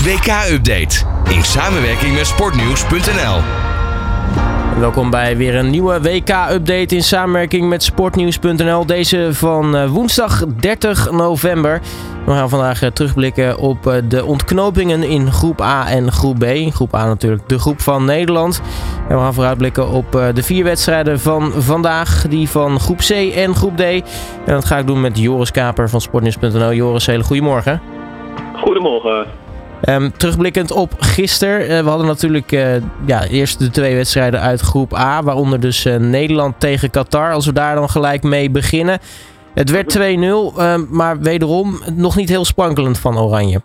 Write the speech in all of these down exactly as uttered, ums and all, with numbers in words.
W K-update in samenwerking met sportnieuws punt n l. Welkom bij weer een nieuwe W K-update in samenwerking met sportnieuws punt n l. Deze van woensdag dertig november. We gaan vandaag terugblikken op de ontknopingen in groep A en groep B. In groep A natuurlijk de groep van Nederland. En we gaan vooruitblikken op de vier wedstrijden van vandaag. Die van groep C en groep D. En dat ga ik doen met Joris Kaper van sportnieuws punt n l. Joris, hele goedemorgen. Goedemorgen. Um, terugblikkend op gisteren. Uh, we hadden natuurlijk uh, ja, eerst de twee wedstrijden uit groep A. Waaronder dus uh, Nederland tegen Qatar. Als we daar dan gelijk mee beginnen. Het werd twee nul. Uh, maar wederom nog niet heel sprankelend van Oranje.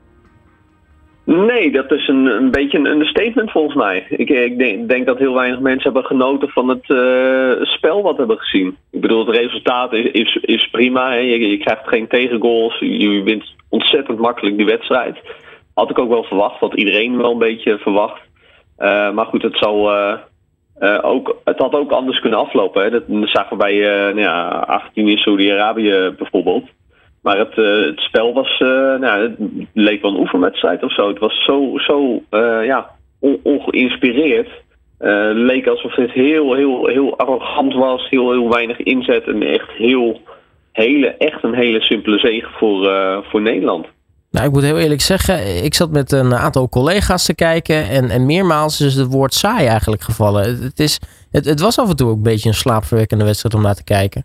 Nee, dat is een, een beetje een understatement volgens mij. Ik, ik denk, denk dat heel weinig mensen hebben genoten van het uh, spel wat we hebben gezien. Ik bedoel, het resultaat is, is, is prima. Hè. Je, je krijgt geen tegengoals. Je, je wint ontzettend makkelijk die wedstrijd. Had ik ook wel verwacht, wat iedereen wel een beetje verwacht. Uh, maar goed, het, zal, uh, uh, ook, het had ook anders kunnen aflopen. Hè. Dat, dat zagen we bij uh, nou ja, Argentinië, Saudi-Arabië bijvoorbeeld. Maar het, uh, het spel was, uh, nou, het leek wel een oefenwedstrijd of zo. Het was zo, zo uh, ja, on- ongeïnspireerd. Uh, leek alsof het heel, heel, heel arrogant was, heel, heel weinig inzet. En echt, heel, hele, echt een hele simpele zege voor, uh, voor Nederland. Nou, ik moet heel eerlijk zeggen, ik zat met een aantal collega's te kijken en, en meermaals is het woord saai eigenlijk gevallen. Het, het, is, het, het was af en toe ook een beetje een slaapverwekkende wedstrijd om naar te kijken.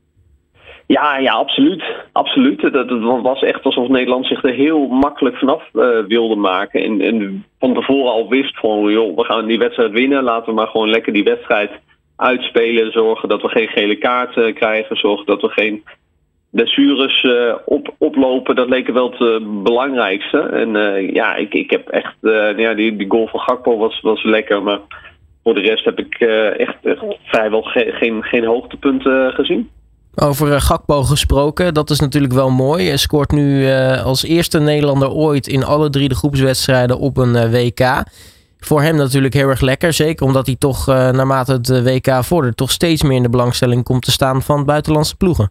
Ja, ja, absoluut. absoluut. Het, het was echt alsof Nederland zich er heel makkelijk vanaf uh, wilde maken. En, en van tevoren al wist van, joh, we gaan die wedstrijd winnen. Laten we maar gewoon lekker die wedstrijd uitspelen. Zorgen dat we geen gele kaarten krijgen. Zorgen dat we geen blessures uh, op, oplopen. Dat leek wel het uh, belangrijkste. En uh, ja, ik, ik heb echt... Uh, ja, die, die goal van Gakpo was, was lekker. Maar voor de rest heb ik uh, echt, echt vrijwel ge- geen, geen hoogtepunten gezien. Over uh, Gakpo gesproken, dat is natuurlijk wel mooi. Hij scoort nu uh, als eerste Nederlander ooit in alle drie de groepswedstrijden op een uh, W K. Voor hem natuurlijk heel erg lekker. Zeker omdat hij toch uh, naarmate het uh, W K vordert toch steeds meer in de belangstelling komt te staan van buitenlandse ploegen.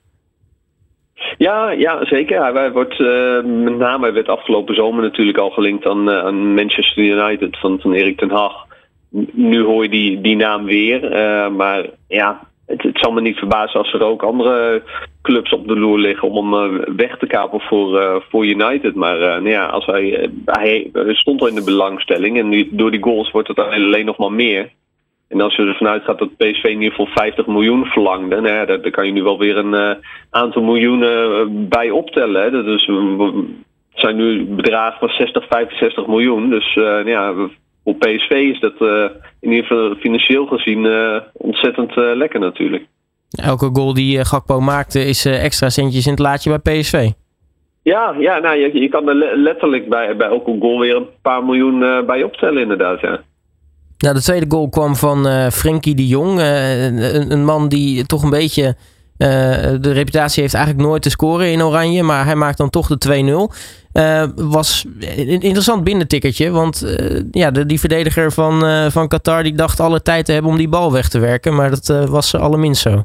Ja, ja, zeker. Hij wordt uh, met name hij werd afgelopen zomer natuurlijk al gelinkt aan, uh, aan Manchester United van, van Erik ten Hag. Nu hoor je die, die naam weer. Uh, maar ja, het, het zal me niet verbazen als er ook andere clubs op de loer liggen om hem uh, weg te kapen voor, uh, voor United. Maar uh, nou ja, als hij, uh, hij stond al in de belangstelling en nu, door die goals wordt het alleen nog maar meer. En als je ervan uitgaat dat P S V in ieder geval vijftig miljoen verlangde, nou ja, daar, daar kan je nu wel weer een uh, aantal miljoenen uh, bij optellen. Hè. Dat is, uh, het zijn nu bedragen van zestig, vijfenzestig miljoen. Dus uh, nou ja, voor P S V is dat uh, in ieder geval financieel gezien uh, ontzettend uh, lekker natuurlijk. Elke goal die uh, Gakpo maakte is uh, extra centjes in het laadje bij P S V. Ja, ja nou, je, je kan er letterlijk bij, bij elke goal weer een paar miljoen uh, bij optellen inderdaad, ja. Nou, de tweede goal kwam van uh, Frenkie de Jong. Uh, een, een man die toch een beetje uh, de reputatie heeft eigenlijk nooit te scoren in Oranje. Maar hij maakt dan toch de twee nul. Uh, was een interessant binnentikkertje. Want uh, ja, de, die verdediger van, uh, van Qatar die dacht alle tijd te hebben om die bal weg te werken. Maar dat uh, was allerminst zo.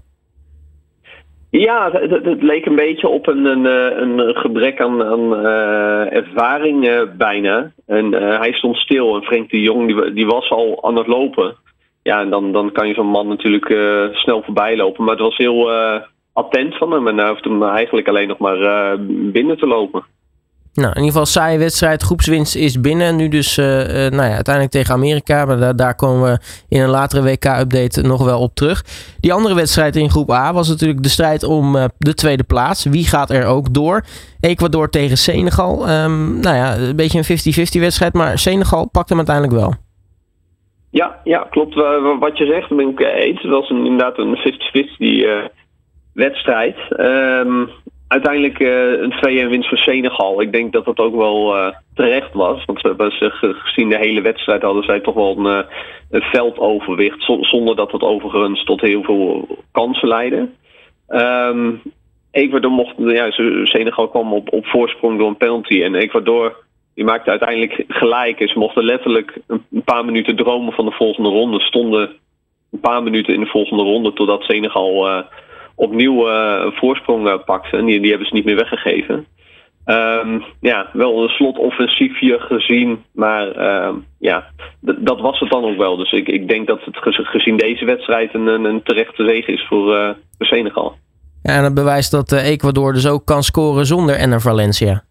Ja, het, het, het leek een beetje op een, een, een gebrek aan, aan uh, ervaring uh, bijna. En uh, hij stond stil en Frenkie de Jong die, die was al aan het lopen. Ja, en dan, dan kan je zo'n man natuurlijk uh, snel voorbij lopen. Maar het was heel uh, attent van hem en hij hoeft hem eigenlijk alleen nog maar uh, binnen te lopen. Nou, in ieder geval saaie wedstrijd. Groepswinst is binnen. Nu dus uh, uh, nou ja, uiteindelijk tegen Amerika. Maar da- daar komen we in een latere W K-update nog wel op terug. Die andere wedstrijd in groep A was natuurlijk de strijd om uh, de tweede plaats. Wie gaat er ook door? Ecuador tegen Senegal. Um, nou ja, een beetje een vijftig-vijftig wedstrijd. Maar Senegal pakt hem uiteindelijk wel. Ja, ja, klopt. Uh, wat je zegt, ben ik eens. Het was een, inderdaad een vijftig-vijftig uh, wedstrijd. Um, Uiteindelijk uh, een twee-een winst voor Senegal. Ik denk dat dat ook wel uh, terecht was. Want we hebben ze gezien de hele wedstrijd hadden zij toch wel een, uh, een veldoverwicht. Zonder dat het overigens tot heel veel kansen leidde. Um, Ecuador mocht, ja, Senegal kwam op, op voorsprong door een penalty. En Ecuador die maakte uiteindelijk gelijk. En ze mochten letterlijk een paar minuten dromen van de volgende ronde. Stonden een paar minuten in de volgende ronde totdat Senegal Uh, opnieuw uh, een voorsprong uh, pakte. En die, die hebben ze niet meer weggegeven. Um, ja, wel een slotoffensiefje gezien, maar uh, ja, d- dat was het dan ook wel. Dus ik, ik denk dat het gezien deze wedstrijd een, een terechte zege is voor, uh, voor Senegal. Ja, en dat bewijst dat uh, Ecuador dus ook kan scoren zonder Enner Valencia.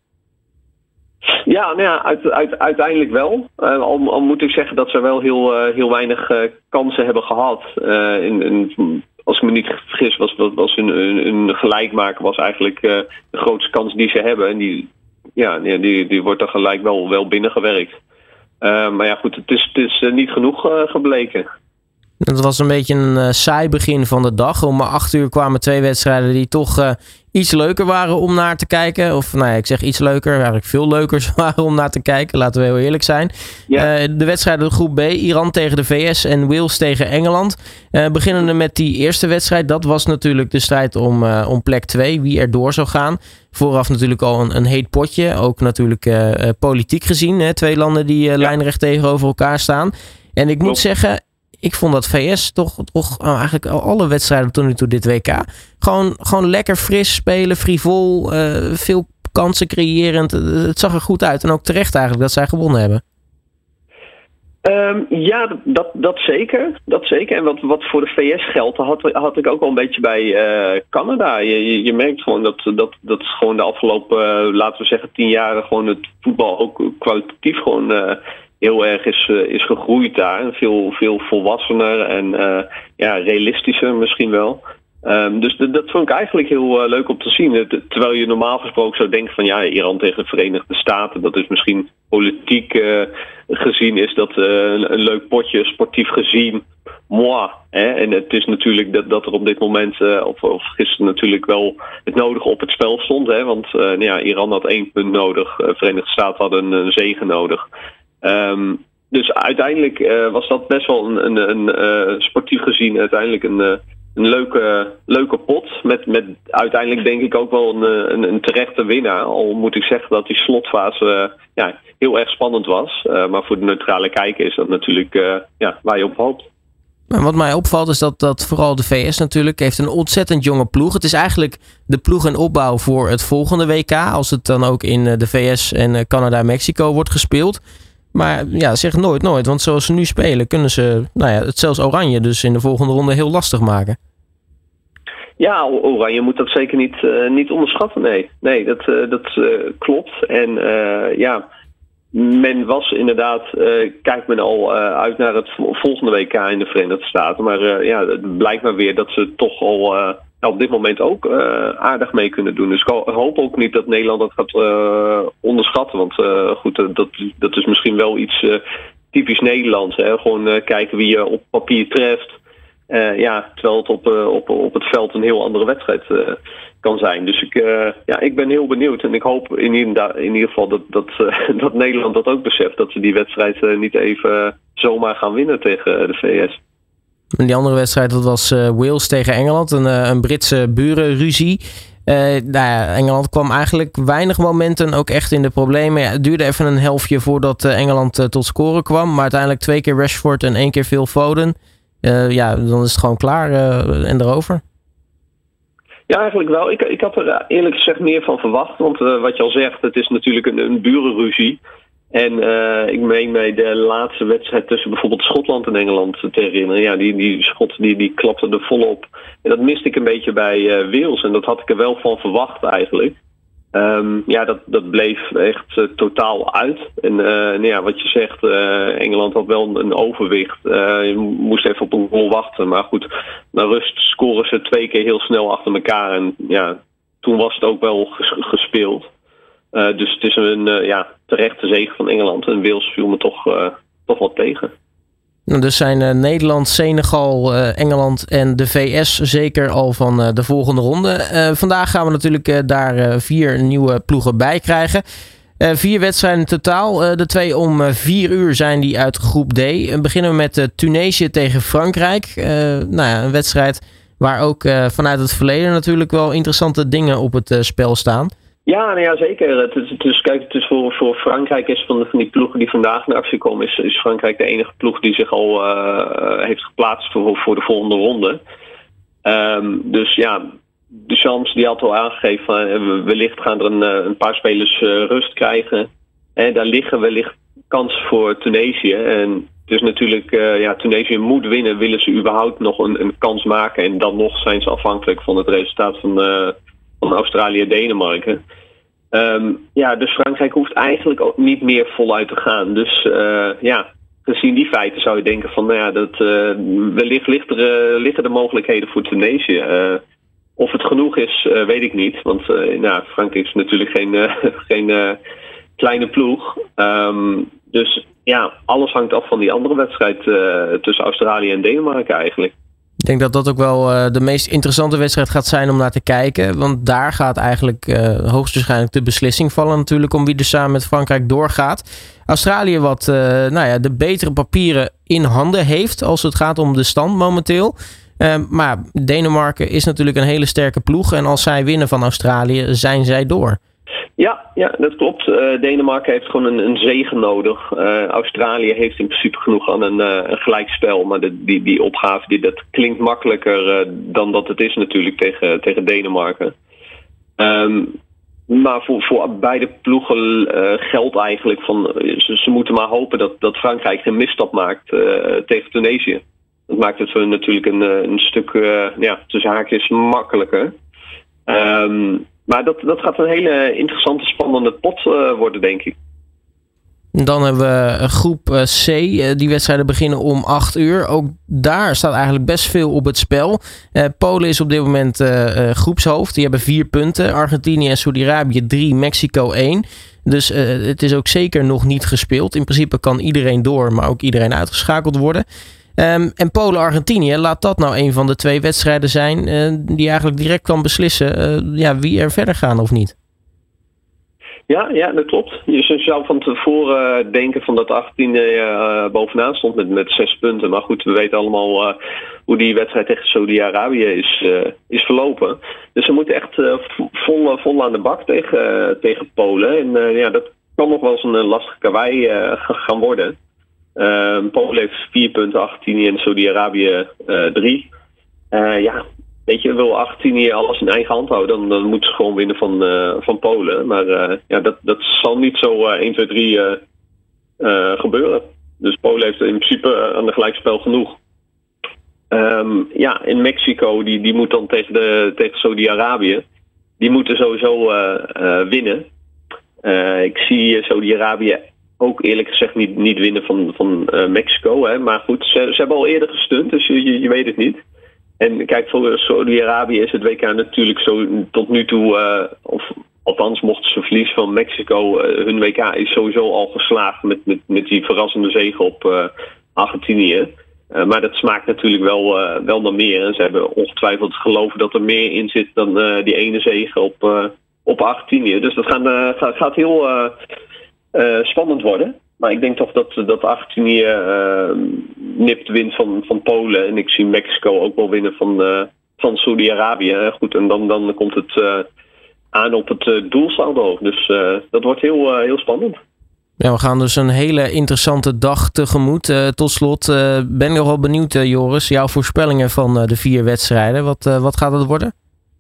Ja, nou ja, uit, uit, uiteindelijk wel. Uh, al, al moet ik zeggen dat ze wel heel, uh, heel weinig uh, kansen hebben gehad. Uh, in, in, als ik me niet vergis, was, was hun, hun, hun gelijkmaker was eigenlijk uh, de grootste kans die ze hebben. En die, ja, die, die wordt er gelijk wel, wel binnengewerkt. Uh, maar ja, goed, het is, het is uh, niet genoeg uh, gebleken. Het was een beetje een uh, saai begin van de dag. Om acht uur kwamen twee wedstrijden die toch uh, iets leuker waren om naar te kijken. Of nou ja, ik zeg iets leuker, eigenlijk veel leuker waren om naar te kijken. Laten we heel eerlijk zijn. Ja. Uh, de wedstrijden de groep B, Iran tegen de V S en Wales tegen Engeland. Uh, beginnende met die eerste wedstrijd. Dat was natuurlijk de strijd om, uh, om plek twee, wie er door zou gaan. Vooraf natuurlijk al een, een heet potje. Ook natuurlijk uh, uh, politiek gezien. Hè? Twee landen die uh, ja. lijnrecht tegenover elkaar staan. En ik moet Klopt. zeggen... Ik vond dat V S toch, toch oh, eigenlijk alle wedstrijden tot nu toe dit W K... Gewoon, gewoon lekker fris spelen, frivol, uh, veel kansen creërend. Het zag er goed uit en ook terecht eigenlijk dat zij gewonnen hebben. Um, ja, dat, dat zeker. Dat zeker. En wat, wat voor de V S geldt, had, had ik ook wel een beetje bij uh, Canada. Je, je, je merkt gewoon dat, dat, dat gewoon de afgelopen, uh, laten we zeggen, tien jaren... gewoon het voetbal ook kwalitatief gewoon... Uh, heel erg is, uh, is gegroeid daar. Veel, veel volwassener en uh, ja, realistischer misschien wel. Um, dus d- dat vond ik eigenlijk heel uh, leuk om te zien. Het, terwijl je normaal gesproken zou denken van ja, Iran tegen de Verenigde Staten. Dat is misschien politiek uh, gezien is dat uh, een, een leuk potje, sportief gezien. Moi. Hè? En het is natuurlijk dat, dat er op dit moment, uh, of, of gisteren natuurlijk wel het nodige op het spel stond. Hè? Want uh, nou ja, Iran had één punt nodig. De uh, Verenigde Staten hadden een, een zege nodig. Um, dus uiteindelijk uh, was dat best wel een, een, een uh, sportief gezien uiteindelijk een, uh, een leuke, leuke pot. Met, met uiteindelijk denk ik ook wel een, een, een terechte winnaar. Al moet ik zeggen dat die slotfase uh, ja, heel erg spannend was. Uh, maar voor de neutrale kijker is dat natuurlijk uh, ja, waar je op hoopt. Maar wat mij opvalt is dat, dat vooral de V S natuurlijk heeft een ontzettend jonge ploeg. Het is eigenlijk de ploeg en opbouw voor het volgende W K. Als het dan ook in de V S en Canada en Mexico wordt gespeeld. Maar ja, zeg nooit nooit. Want zoals ze nu spelen kunnen ze nou ja, het zelfs Oranje dus in de volgende ronde heel lastig maken. Ja, Oranje moet dat zeker niet, uh, niet onderschatten. Nee, nee dat, uh, dat uh, klopt. En uh, ja, men was inderdaad, uh, kijkt men al uh, uit naar het volgende W K in de Verenigde Staten. Maar uh, ja, het blijkt maar weer dat ze toch al... Uh, Nou, op dit moment ook uh, aardig mee kunnen doen. Dus ik hoop ook niet dat Nederland dat gaat uh, onderschatten. Want uh, goed, uh, dat, dat is misschien wel iets uh, typisch Nederlands. Hè? Gewoon uh, kijken wie je op papier treft. Uh, ja, terwijl het op, uh, op, op het veld een heel andere wedstrijd uh, kan zijn. Dus ik, uh, ja, ik ben heel benieuwd. En ik hoop in ieder, in ieder geval dat, dat, uh, dat Nederland dat ook beseft. Dat ze die wedstrijd uh, niet even uh, zomaar gaan winnen tegen uh, de V S. En die andere wedstrijd, dat was uh, Wales tegen Engeland. Een, uh, een Britse burenruzie. Uh, nou ja, Engeland kwam eigenlijk weinig momenten ook echt in de problemen. Ja, het duurde even een helftje voordat uh, Engeland uh, tot scoren kwam. Maar uiteindelijk twee keer Rashford en één keer Phil Foden. Uh, ja, dan is het gewoon klaar uh, en erover. Ja, eigenlijk wel. Ik, ik had er eerlijk gezegd meer van verwacht. Want uh, wat je al zegt, het is natuurlijk een, een burenruzie. En uh, ik meen mij de laatste wedstrijd tussen bijvoorbeeld Schotland en Engeland te herinneren. Ja, die, die Schot die, die klapte er volop. En dat miste ik een beetje bij uh, Wales. En dat had ik er wel van verwacht eigenlijk. Um, ja, dat, dat bleef echt uh, totaal uit. En uh, nou ja, wat je zegt, uh, Engeland had wel een overwicht. Uh, je moest even op een goal wachten. Maar goed, na rust scoren ze twee keer heel snel achter elkaar. En ja, toen was het ook wel ges- gespeeld. Uh, dus het is een uh, ja, terechte zege van Engeland. En Wales viel me toch, uh, toch wat tegen. Nou, dus zijn uh, Nederland, Senegal, uh, Engeland en de V S zeker al van uh, de volgende ronde. Uh, vandaag gaan we natuurlijk uh, daar uh, vier nieuwe ploegen bij krijgen. Uh, vier wedstrijden in totaal. Uh, de twee om uh, vier uur zijn die uit groep D. Uh, beginnen we met uh, Tunesië tegen Frankrijk. Uh, nou ja, een wedstrijd waar ook uh, vanuit het verleden natuurlijk wel interessante dingen op het uh, spel staan. Ja, nou ja, zeker. Het is, het is, kijk, het is voor, voor Frankrijk is van, de, van die ploegen die vandaag naar actie komen, is, is Frankrijk de enige ploeg die zich al uh, heeft geplaatst voor, voor de volgende ronde. Um, dus ja, Deschamps die had al aangegeven van uh, wellicht gaan er een, uh, een paar spelers uh, rust krijgen. En daar liggen wellicht kansen voor Tunesië. En dus natuurlijk, uh, ja, Tunesië moet winnen. Willen ze überhaupt nog een, een kans maken? En dan nog zijn ze afhankelijk van het resultaat van, uh, van Australië en Denemarken. Um, ja, dus Frankrijk hoeft eigenlijk ook niet meer voluit te gaan. Dus uh, ja, gezien die feiten zou je denken van, nou ja, dat uh, wellicht ligt er, uh, liggen de mogelijkheden voor Tunesië. Uh, of het genoeg is, uh, weet ik niet. Want uh, nou, Frankrijk is natuurlijk geen, uh, geen uh, kleine ploeg. Um, dus ja, alles hangt af van die andere wedstrijd uh, tussen Australië en Denemarken eigenlijk. Ik denk dat dat ook wel uh, de meest interessante wedstrijd gaat zijn om naar te kijken. Want daar gaat eigenlijk uh, hoogstwaarschijnlijk de beslissing vallen natuurlijk om wie er samen met Frankrijk doorgaat. Australië wat uh, nou ja, de betere papieren in handen heeft als het gaat om de stand momenteel. Uh, maar Denemarken is natuurlijk een hele sterke ploeg. En als zij winnen van Australië, zijn zij door. Ja, ja, dat klopt. Uh, Denemarken heeft gewoon een, een zege nodig. Uh, Australië heeft in principe genoeg aan een, uh, een gelijkspel. Maar de, die, die opgave die, dat klinkt makkelijker uh, dan dat het is natuurlijk tegen, tegen Denemarken. Um, maar voor, voor beide ploegen uh, geldt eigenlijk van uh, ze, ze moeten maar hopen dat, dat Frankrijk geen misstap maakt uh, tegen Tunesië. Dat maakt het voor natuurlijk een, een stuk uh, ja, tussen haakjes makkelijker. Um, Maar dat, dat gaat een hele interessante, spannende pot uh, worden, denk ik. Dan hebben we groep C. Die wedstrijden beginnen om acht uur. Ook daar staat eigenlijk best veel op het spel. Uh, Polen is op dit moment uh, uh, groepshoofd. Die hebben vier punten. Argentinië en Saudi-Arabië drie, Mexico één. Dus uh, het is ook zeker nog niet gespeeld. In principe kan iedereen door, maar ook iedereen uitgeschakeld worden. Um, en Polen-Argentinië, laat dat nou een van de twee wedstrijden zijn uh, die eigenlijk direct kan beslissen uh, ja, wie er verder gaan of niet. Ja, ja, dat klopt. Je zou van tevoren uh, denken van dat Argentinië uh, bovenaan stond met, met zes punten. Maar goed, we weten allemaal uh, hoe die wedstrijd tegen Saudi-Arabië is, uh, is verlopen. Dus ze moeten echt uh, vol, vol aan de bak tegen, uh, tegen Polen. En uh, ja, dat kan nog wel eens een lastige karwei uh, gaan worden. Uh, Polen heeft vier punten, Argentinië en Saudi-Arabië uh, drie. Uh, ja, weet je, wil Argentinië alles in eigen hand houden, dan, dan moeten ze gewoon winnen van, uh, van Polen. Maar uh, ja, dat, dat zal niet zo uh, één, twee, drie uh, uh, gebeuren. Dus Polen heeft in principe aan de gelijkspel genoeg. Um, ja, in Mexico, die, die moet dan tegen, de, tegen Saudi-Arabië. Die moeten sowieso uh, uh, winnen. Uh, ik zie Saudi-Arabië ook eerlijk gezegd niet, niet winnen van, van uh, Mexico. Hè. Maar goed, ze, ze hebben al eerder gestunt, dus je, je, je weet het niet. En kijk, voor Saudi-Arabië is het W K natuurlijk zo tot nu toe, uh, of althans mochten ze verliezen van Mexico, uh, hun W K is sowieso al geslaagd met, met, met die verrassende zege op uh, Argentinië. Uh, maar dat smaakt natuurlijk wel, uh, wel naar meer. En ze hebben ongetwijfeld geloven dat er meer in zit dan uh, die ene zege op, uh, op Argentinië. Dus dat gaat, uh, gaat, gaat heel uh, uh, spannend worden. Maar ik denk toch dat, dat Argentinië uh, nipt wint van, van Polen. En ik zie Mexico ook wel winnen van, uh, van Saudi-Arabië. Goed, en dan, dan komt het uh, aan op het uh, doelsaldo. Dus uh, dat wordt heel, uh, heel spannend. Ja, we gaan dus een hele interessante dag tegemoet. Uh, tot slot uh, ben ik nog wel benieuwd, uh, Joris. Jouw voorspellingen van uh, de vier wedstrijden. Wat, uh, wat gaat het worden?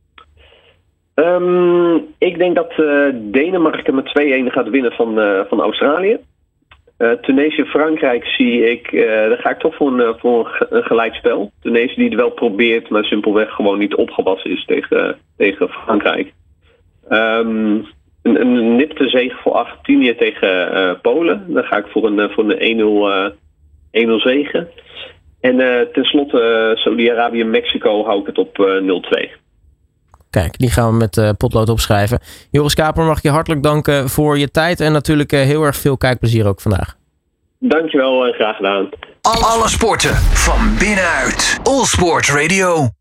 Um, ik denk dat uh, Denemarken met twee-een gaat winnen van, uh, van Australië. Uh, Tunesië-Frankrijk zie ik, uh, daar ga ik toch voor een, voor een gelijkspel. Tunesië die het wel probeert, maar simpelweg gewoon niet opgewassen is tegen, tegen Frankrijk. Um, een, een nipte zege voor Argentinië tegen uh, Polen. Daar ga ik voor een, voor een één nul zege. En uh, tenslotte uh, Saudi-Arabië-Mexico hou ik het op uh, nul twee. Kijk, die gaan we met uh, potlood opschrijven. Joris Kaper, mag ik je hartelijk danken voor je tijd. En natuurlijk uh, heel erg veel kijkplezier ook vandaag. Dankjewel en uh, graag gedaan. Alle sporten van binnenuit. All Sport Radio.